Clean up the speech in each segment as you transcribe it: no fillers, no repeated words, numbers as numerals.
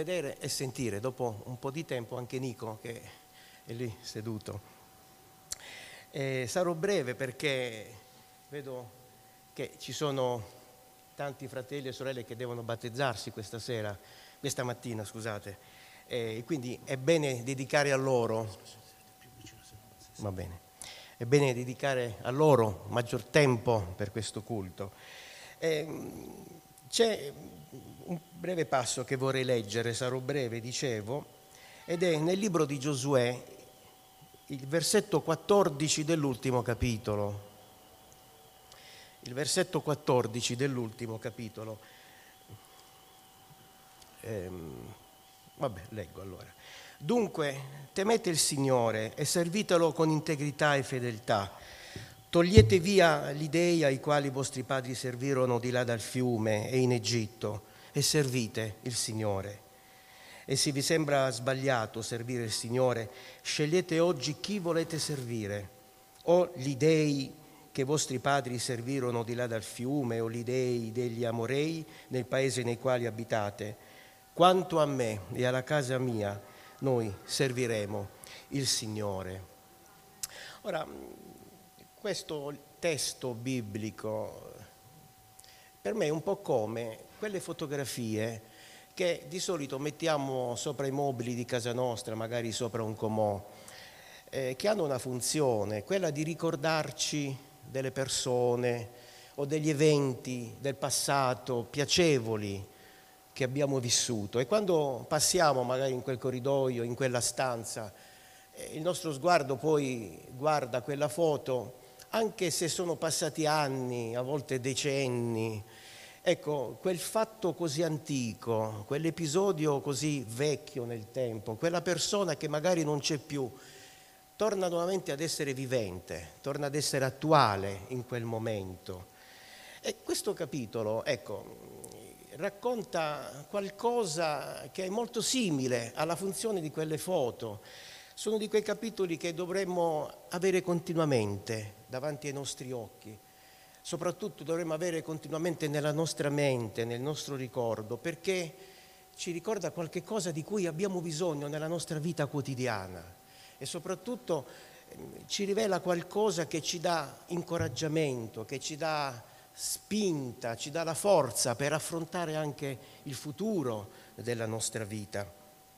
vedere e sentire dopo un po' di tempo anche Nico che è lì seduto. Sarò breve perché vedo che ci sono tanti fratelli e sorelle che devono battezzarsi questa mattina, scusate. Quindi è bene dedicare a loro, va bene, è bene dedicare a loro maggior tempo per questo culto. C'è un breve passo che vorrei leggere, sarò breve, dicevo, ed è nel libro di Giosuè, il versetto 14 dell'ultimo capitolo. Il versetto 14 dell'ultimo capitolo. Leggo allora. Dunque, temete il Signore e servitelo con integrità e fedeltà. Togliete via gli dei ai quali i vostri padri servirono di là dal fiume e in Egitto e servite il Signore. E se vi sembra sbagliato servire il Signore, scegliete oggi chi volete servire, o gli dei che i vostri padri servirono di là dal fiume, o gli dei degli Amorei nel paese nei quali abitate. Quanto a me e alla casa mia, noi serviremo il Signore. Ora, questo testo biblico per me è un po' come quelle fotografie che di solito mettiamo sopra i mobili di casa nostra, magari sopra un comò, che hanno una funzione, quella di ricordarci delle persone o degli eventi del passato piacevoli che abbiamo vissuto. E quando passiamo magari in quel corridoio, in quella stanza, il nostro sguardo poi guarda quella foto, anche se sono passati anni, a volte decenni. Ecco, quel fatto così antico, quell'episodio così vecchio nel tempo, quella persona che magari non c'è più, torna nuovamente ad essere vivente, torna ad essere attuale in quel momento. E questo capitolo, ecco, racconta qualcosa che è molto simile alla funzione di quelle foto. Sono di quei capitoli che dovremmo avere continuamente davanti ai nostri occhi. Soprattutto dovremmo avere continuamente nella nostra mente, nel nostro ricordo, perché ci ricorda qualche cosa di cui abbiamo bisogno nella nostra vita quotidiana e soprattutto ci rivela qualcosa che ci dà incoraggiamento, che ci dà spinta, ci dà la forza per affrontare anche il futuro della nostra vita.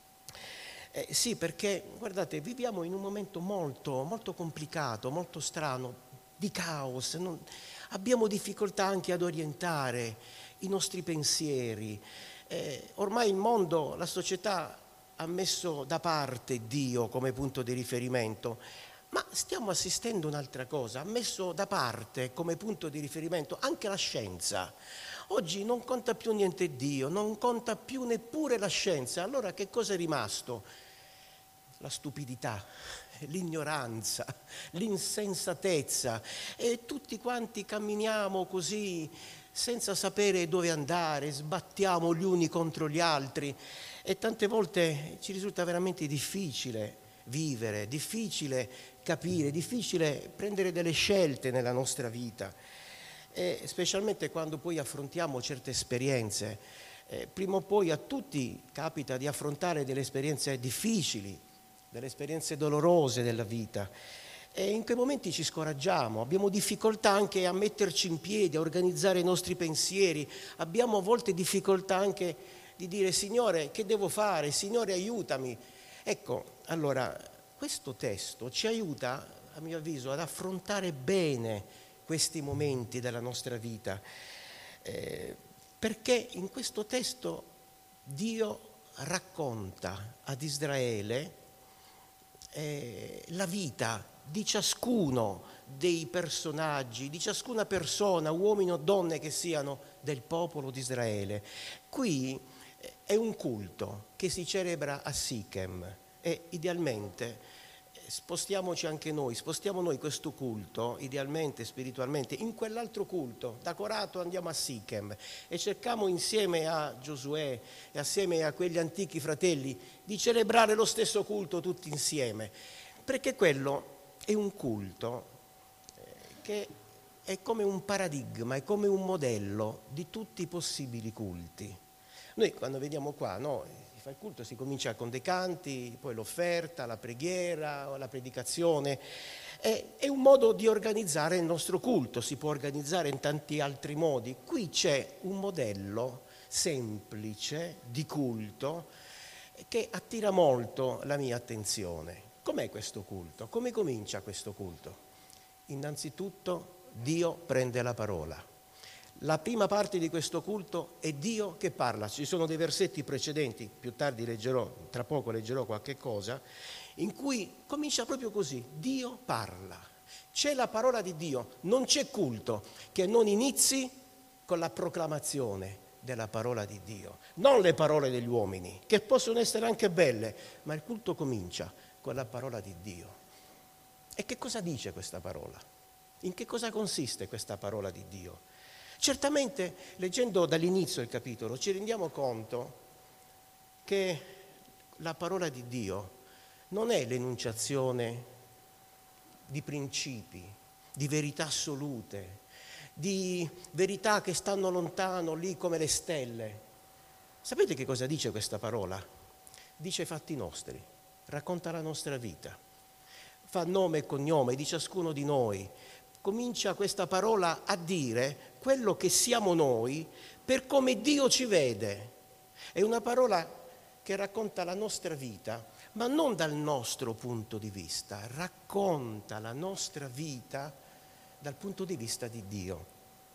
Sì, perché guardate, viviamo in un momento molto, molto complicato, molto strano, di caos. Abbiamo difficoltà anche ad orientare i nostri pensieri. Ormai il mondo, la società ha messo da parte Dio come punto di riferimento, ma stiamo assistendo a un'altra cosa, ha messo da parte come punto di riferimento anche la scienza. Oggi non conta più niente Dio, non conta più neppure la scienza. Allora che cosa è rimasto? La stupidità, l'ignoranza, l'insensatezza e tutti quanti camminiamo così senza sapere dove andare, sbattiamo gli uni contro gli altri e tante volte ci risulta veramente difficile vivere, difficile capire, difficile prendere delle scelte nella nostra vita e specialmente quando poi affrontiamo certe esperienze. Prima o poi a tutti capita di affrontare delle esperienze difficili, delle esperienze dolorose della vita e in quei momenti ci scoraggiamo, abbiamo difficoltà anche a metterci in piedi, a organizzare i nostri pensieri, abbiamo a volte difficoltà anche di dire Signore che devo fare, Signore aiutami. Ecco, allora questo testo ci aiuta a mio avviso ad affrontare bene questi momenti della nostra vita perché in questo testo Dio racconta ad Israele la vita di ciascuno dei personaggi, di ciascuna persona, uomini o donne che siano del popolo di Israele. Qui è un culto che si celebra a Sichem e idealmente spostiamoci anche noi, spostiamo noi questo culto, idealmente, spiritualmente, in quell'altro culto. Da Corato andiamo a Sichem e cerchiamo insieme a Giosuè e assieme a quegli antichi fratelli di celebrare lo stesso culto tutti insieme, perché quello è un culto che è come un paradigma, è come un modello di tutti i possibili culti. Noi quando veniamo qua, no, fa il culto si comincia con dei canti, poi l'offerta, la preghiera, la predicazione. È un modo di organizzare il nostro culto, si può organizzare in tanti altri modi. Qui c'è un modello semplice di culto che attira molto la mia attenzione. Com'è questo culto? Come comincia questo culto? Innanzitutto Dio prende la parola. La prima parte di questo culto è Dio che parla. Ci sono dei versetti precedenti, più tardi leggerò, tra poco leggerò qualche cosa, in cui comincia proprio così: Dio parla. C'è la parola di Dio, non c'è culto che non inizi con la proclamazione della parola di Dio, non le parole degli uomini, che possono essere anche belle, ma il culto comincia con la parola di Dio. E che cosa dice questa parola? In che cosa consiste questa parola di Dio? Certamente, leggendo dall'inizio il capitolo, ci rendiamo conto che la parola di Dio non è l'enunciazione di principi, di verità assolute, di verità che stanno lontano lì come le stelle. Sapete che cosa dice questa parola? Dice i fatti nostri, racconta la nostra vita, fa nome e cognome di ciascuno di noi. Comincia questa parola a dire quello che siamo noi per come Dio ci vede. È una parola che racconta la nostra vita, ma non dal nostro punto di vista, racconta la nostra vita dal punto di vista di Dio.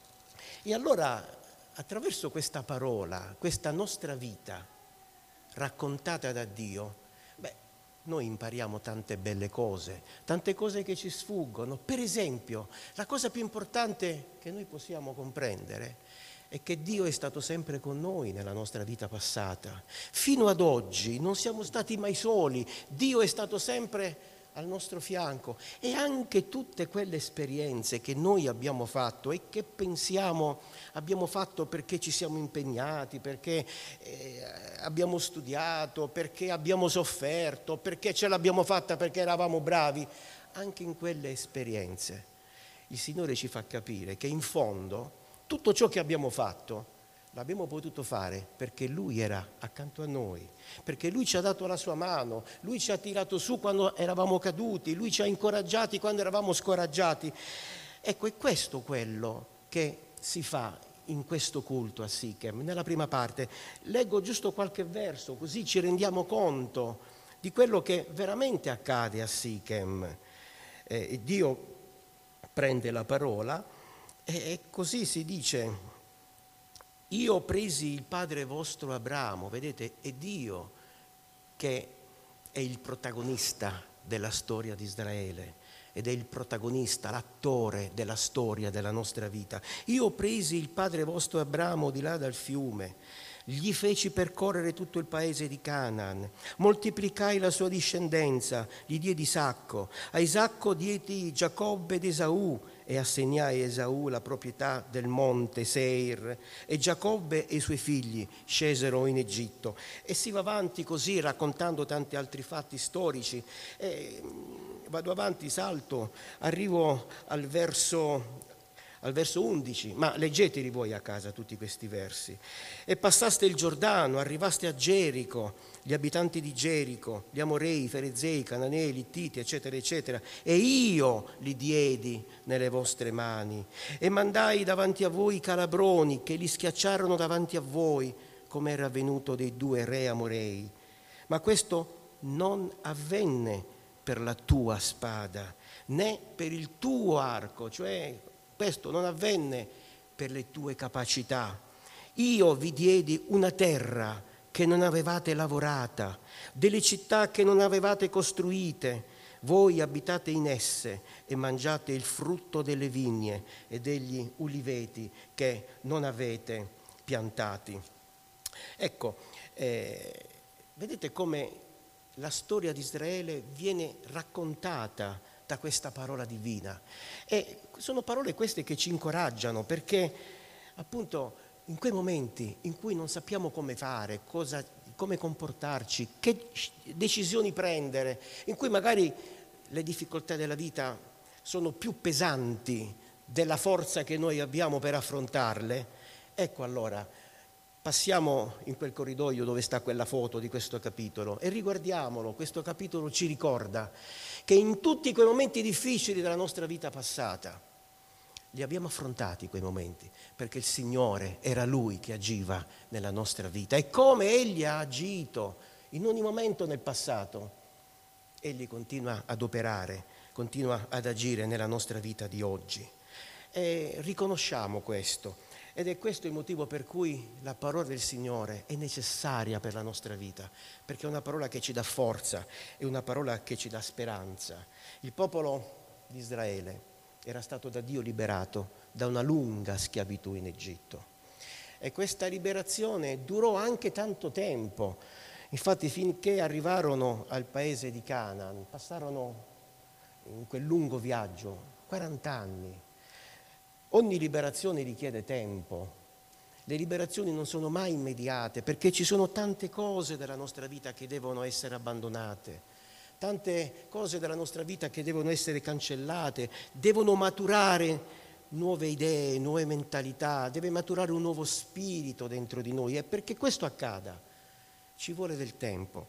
E allora, attraverso questa parola, questa nostra vita raccontata da Dio, noi impariamo tante belle cose, tante cose che ci sfuggono. Per esempio, la cosa più importante che noi possiamo comprendere è che Dio è stato sempre con noi nella nostra vita passata. Fino ad oggi non siamo stati mai soli, Dio è stato sempre al nostro fianco, e anche tutte quelle esperienze che noi abbiamo fatto e che pensiamo abbiamo fatto perché ci siamo impegnati, perché abbiamo studiato, perché abbiamo sofferto, perché ce l'abbiamo fatta perché eravamo bravi, anche in quelle esperienze il Signore ci fa capire che in fondo tutto ciò che abbiamo fatto l'abbiamo potuto fare perché Lui era accanto a noi, perché Lui ci ha dato la sua mano, Lui ci ha tirato su quando eravamo caduti, Lui ci ha incoraggiati quando eravamo scoraggiati. Ecco, è questo quello che si fa in questo culto a Sichem. Nella prima parte leggo giusto qualche verso, così ci rendiamo conto di quello che veramente accade a Sichem. Dio prende la parola e così si dice: io presi il padre vostro Abramo. Vedete, è Dio che è il protagonista della storia di Israele ed è il protagonista, l'attore della storia della nostra vita. Io presi il padre vostro Abramo di là dal fiume, gli feci percorrere tutto il paese di Canaan, moltiplicai la sua discendenza, gli diedi Isacco, a Isacco diedi Giacobbe ed Esaù, e assegnai a Esaù la proprietà del monte Seir, e Giacobbe e i suoi figli scesero in Egitto. E si va avanti così raccontando tanti altri fatti storici. Vado avanti, salto, arrivo al verso 11, ma leggeteli voi a casa tutti questi versi. E passaste il Giordano, arrivaste a Gerico, gli abitanti di Gerico, gli Amorei, i Ferezei, i Cananei, i Littiti, eccetera, eccetera, e io li diedi nelle vostre mani, e mandai davanti a voi i Calabroni, che li schiacciarono davanti a voi, come era avvenuto dei 2 re Amorei. Ma questo non avvenne per la tua spada, né per il tuo arco, cioè questo non avvenne per le tue capacità. Io vi diedi una terra che non avevate lavorata, delle città che non avevate costruite. Voi abitate in esse e mangiate il frutto delle vigne e degli uliveti che non avete piantati. Ecco, vedete come la storia di Israele viene raccontata da questa parola divina. E sono parole queste che ci incoraggiano, perché appunto in quei momenti in cui non sappiamo come fare, come comportarci, che decisioni prendere, in cui magari le difficoltà della vita sono più pesanti della forza che noi abbiamo per affrontarle, ecco allora Passiamo in quel corridoio dove sta quella foto di questo capitolo e riguardiamolo. Questo capitolo ci ricorda che in tutti quei momenti difficili della nostra vita passata li abbiamo affrontati quei momenti, perché il Signore era Lui che agiva nella nostra vita, e come Egli ha agito in ogni momento nel passato, Egli continua ad operare, continua ad agire nella nostra vita di oggi. E riconosciamo questo, ed è questo il motivo per cui la parola del Signore è necessaria per la nostra vita, perché è una parola che ci dà forza, è una parola che ci dà speranza. Il popolo di Israele era stato da Dio liberato da una lunga schiavitù in Egitto, e questa liberazione durò anche tanto tempo. Infatti, finché arrivarono al paese di Canaan, passarono in quel lungo viaggio 40 anni. Ogni liberazione richiede tempo. Le liberazioni non sono mai immediate, perché ci sono tante cose della nostra vita che devono essere abbandonate, tante cose della nostra vita che devono essere cancellate, devono maturare nuove idee, nuove mentalità, deve maturare un nuovo spirito dentro di noi, e perché questo accada ci vuole del tempo.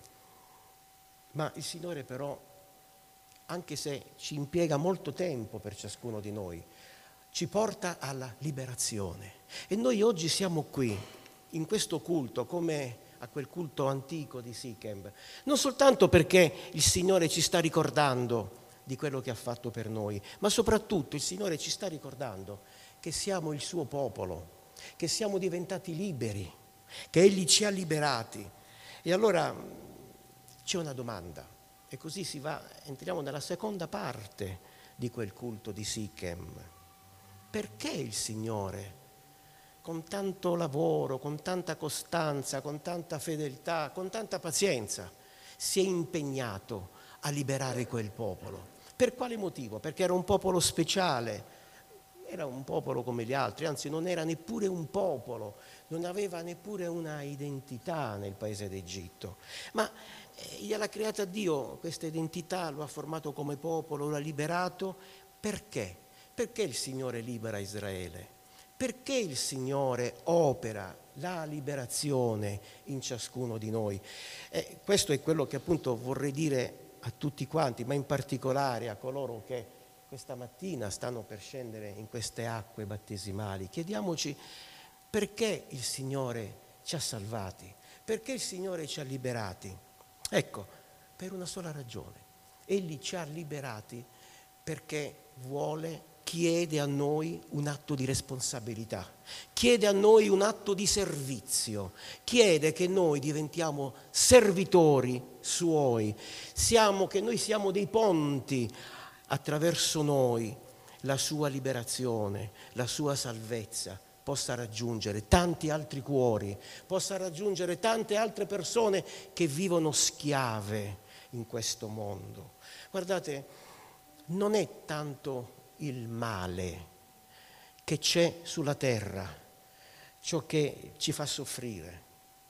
Ma il Signore però, anche se ci impiega molto tempo per ciascuno di noi, ci porta alla liberazione. E noi oggi siamo qui, in questo culto, come a quel culto antico di Sichem, non soltanto perché il Signore ci sta ricordando di quello che ha fatto per noi, ma soprattutto il Signore ci sta ricordando che siamo il suo popolo, che siamo diventati liberi, che Egli ci ha liberati. E allora c'è una domanda, e così entriamo nella seconda parte di quel culto di Sichem. Perché il Signore, con tanto lavoro, con tanta costanza, con tanta fedeltà, con tanta pazienza, si è impegnato a liberare quel popolo? Per quale motivo? Perché era un popolo speciale, era un popolo come gli altri, anzi non era neppure un popolo, non aveva neppure una identità nel paese d'Egitto, ma gliel'ha creata Dio questa identità, lo ha formato come popolo, lo ha liberato. Perché? Perché il Signore libera Israele? Perché il Signore opera la liberazione in ciascuno di noi? Questo è quello che appunto vorrei dire a tutti quanti, ma in particolare a coloro che questa mattina stanno per scendere in queste acque battesimali. Chiediamoci perché il Signore ci ha salvati, perché il Signore ci ha liberati. Ecco, per una sola ragione. Egli ci ha liberati perché chiede a noi un atto di responsabilità, chiede a noi un atto di servizio, chiede che noi diventiamo servitori suoi, che noi siamo dei ponti attraverso noi, la sua liberazione, la sua salvezza possa raggiungere tanti altri cuori, possa raggiungere tante altre persone che vivono schiave in questo mondo. Guardate, non è tanto il male che c'è sulla terra ciò che ci fa soffrire,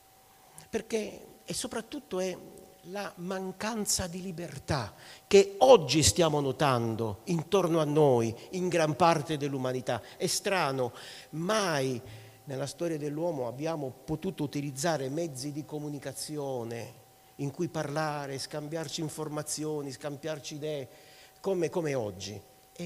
perché soprattutto è la mancanza di libertà che oggi stiamo notando intorno a noi, in gran parte dell'umanità. È strano, mai nella storia dell'uomo abbiamo potuto utilizzare mezzi di comunicazione in cui parlare, scambiarci informazioni, scambiarci idee, come oggi.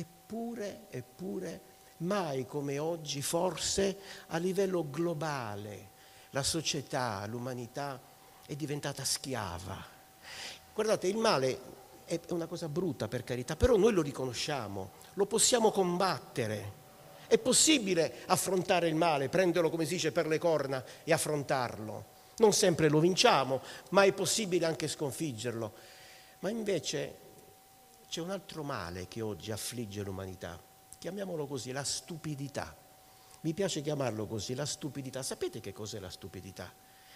Eppure, mai come oggi, forse a livello globale, la società, l'umanità è diventata schiava. Guardate, il male è una cosa brutta, per carità, però noi lo riconosciamo, lo possiamo combattere. È possibile affrontare il male, prenderlo, come si dice, per le corna e affrontarlo. Non sempre lo vinciamo, ma è possibile anche sconfiggerlo. Ma invece c'è un altro male che oggi affligge l'umanità, chiamiamolo così, la stupidità. Mi piace chiamarlo così, la stupidità. Sapete che cos'è la stupidità?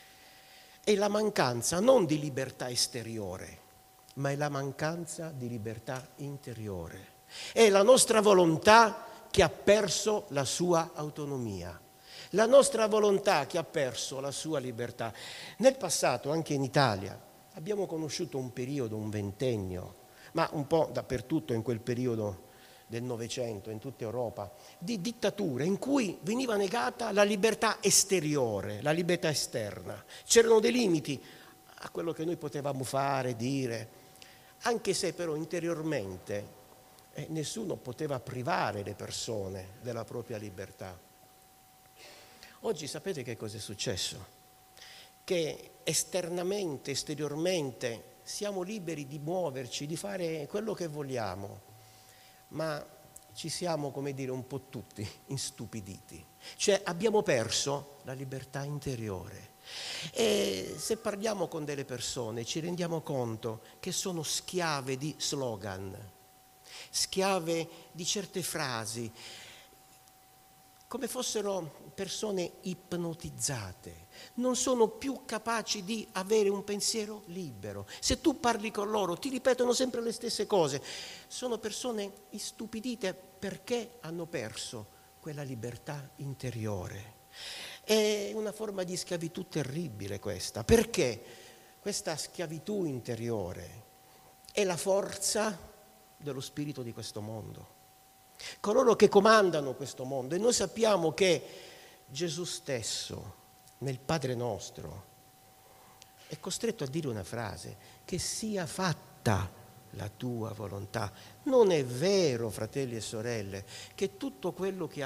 È la mancanza non di libertà esteriore, ma è la mancanza di libertà interiore. È la nostra volontà che ha perso la sua autonomia, la nostra volontà che ha perso la sua libertà. Nel passato, anche in Italia, abbiamo conosciuto un periodo, un ventennio, ma un po' dappertutto in quel periodo del Novecento in tutta Europa, di dittature in cui veniva negata la libertà esteriore, la libertà esterna. C'erano dei limiti a quello che noi potevamo fare, dire, anche se però interiormente nessuno poteva privare le persone della propria libertà. Oggi sapete che cosa è successo? Che esternamente, esteriormente siamo liberi di muoverci, di fare quello che vogliamo, ma ci siamo, come dire, un po' tutti instupiditi. Cioè abbiamo perso la libertà interiore. E se parliamo con delle persone ci rendiamo conto che sono schiave di slogan, schiave di certe frasi, come fossero persone ipnotizzate, non sono più capaci di avere un pensiero libero. Se tu parli con loro ti ripetono sempre le stesse cose. Sono persone istupidite perché hanno perso quella libertà interiore. È una forma di schiavitù terribile questa, perché questa schiavitù interiore è la forza dello spirito di questo mondo. Coloro che comandano questo mondo, e noi sappiamo che Gesù stesso nel Padre nostro è costretto a dire una frase: che sia fatta la tua volontà. Non è vero, fratelli e sorelle, che tutto quello che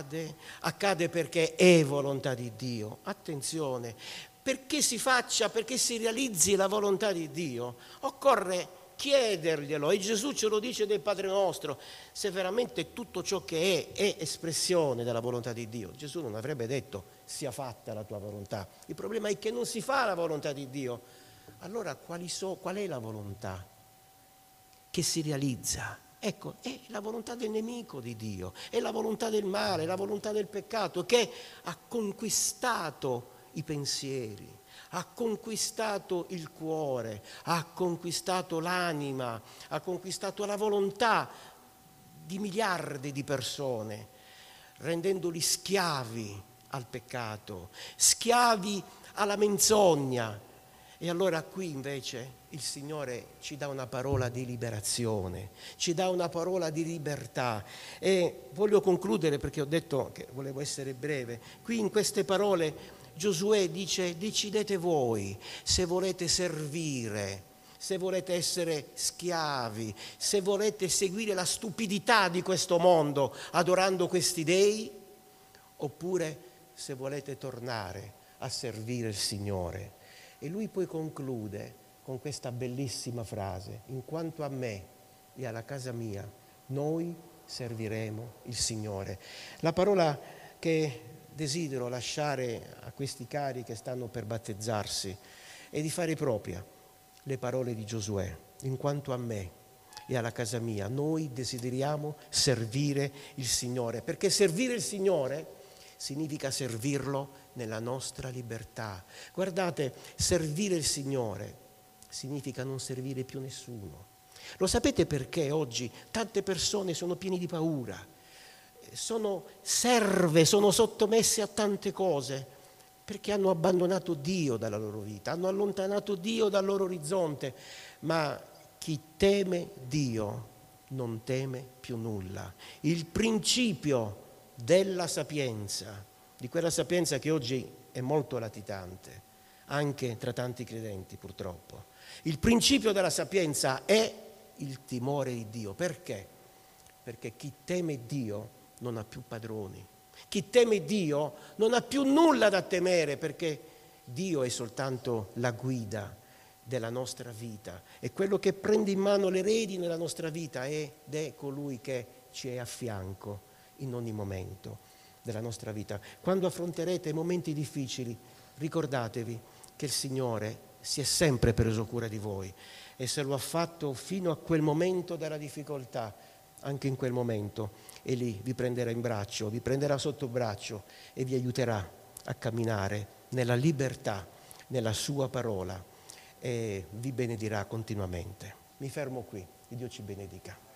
accade perché è volontà di Dio. Attenzione, perché si faccia, perché si realizzi la volontà di Dio, occorre chiederglielo, e Gesù ce lo dice del Padre nostro. Se veramente tutto ciò che è espressione della volontà di Dio, Gesù non avrebbe detto sia fatta la tua volontà. Il problema è che non si fa la volontà di Dio. Allora qual è la volontà che si realizza? Ecco, è la volontà del nemico di Dio, è la volontà del male, la volontà del peccato, che ha conquistato i pensieri, ha conquistato il cuore, ha conquistato l'anima, ha conquistato la volontà di miliardi di persone, rendendoli schiavi al peccato, schiavi alla menzogna. E allora qui invece il Signore ci dà una parola di liberazione, ci dà una parola di libertà. E voglio concludere, perché ho detto che volevo essere breve. Qui in queste parole Giosuè dice: decidete voi se volete servire, se volete essere schiavi, se volete seguire la stupidità di questo mondo adorando questi dei, oppure se volete tornare a servire il Signore. E lui poi conclude con questa bellissima frase: in quanto a me e alla casa mia, noi serviremo il Signore. La parola che desidero lasciare a questi cari che stanno per battezzarsi è di fare propria le parole di Giosuè: in quanto a me e alla casa mia, noi desideriamo servire il Signore, perché servire il Signore significa servirlo nella nostra libertà. Guardate, servire il Signore significa non servire più nessuno. Lo sapete perché oggi tante persone sono piene di paura, sono serve, sono sottomesse a tante cose? Perché hanno abbandonato Dio dalla loro vita, hanno allontanato Dio dal loro orizzonte. Ma chi teme Dio non teme più nulla. Il principio della sapienza, di quella sapienza che oggi è molto latitante, anche tra tanti credenti purtroppo. Il principio della sapienza è il timore di Dio. Perché? Perché chi teme Dio non ha più padroni. Chi teme Dio non ha più nulla da temere, perché Dio è soltanto la guida della nostra vita, è quello che prende in mano le redini della nostra vita ed è colui che ci è a fianco in ogni momento della nostra vita. Quando affronterete momenti difficili, ricordatevi che il Signore si è sempre preso cura di voi, e se lo ha fatto fino a quel momento della difficoltà, anche in quel momento è lì, vi prenderà in braccio, vi prenderà sotto braccio e vi aiuterà a camminare nella libertà, nella sua parola, e vi benedirà continuamente. Mi fermo qui, che Dio ci benedica.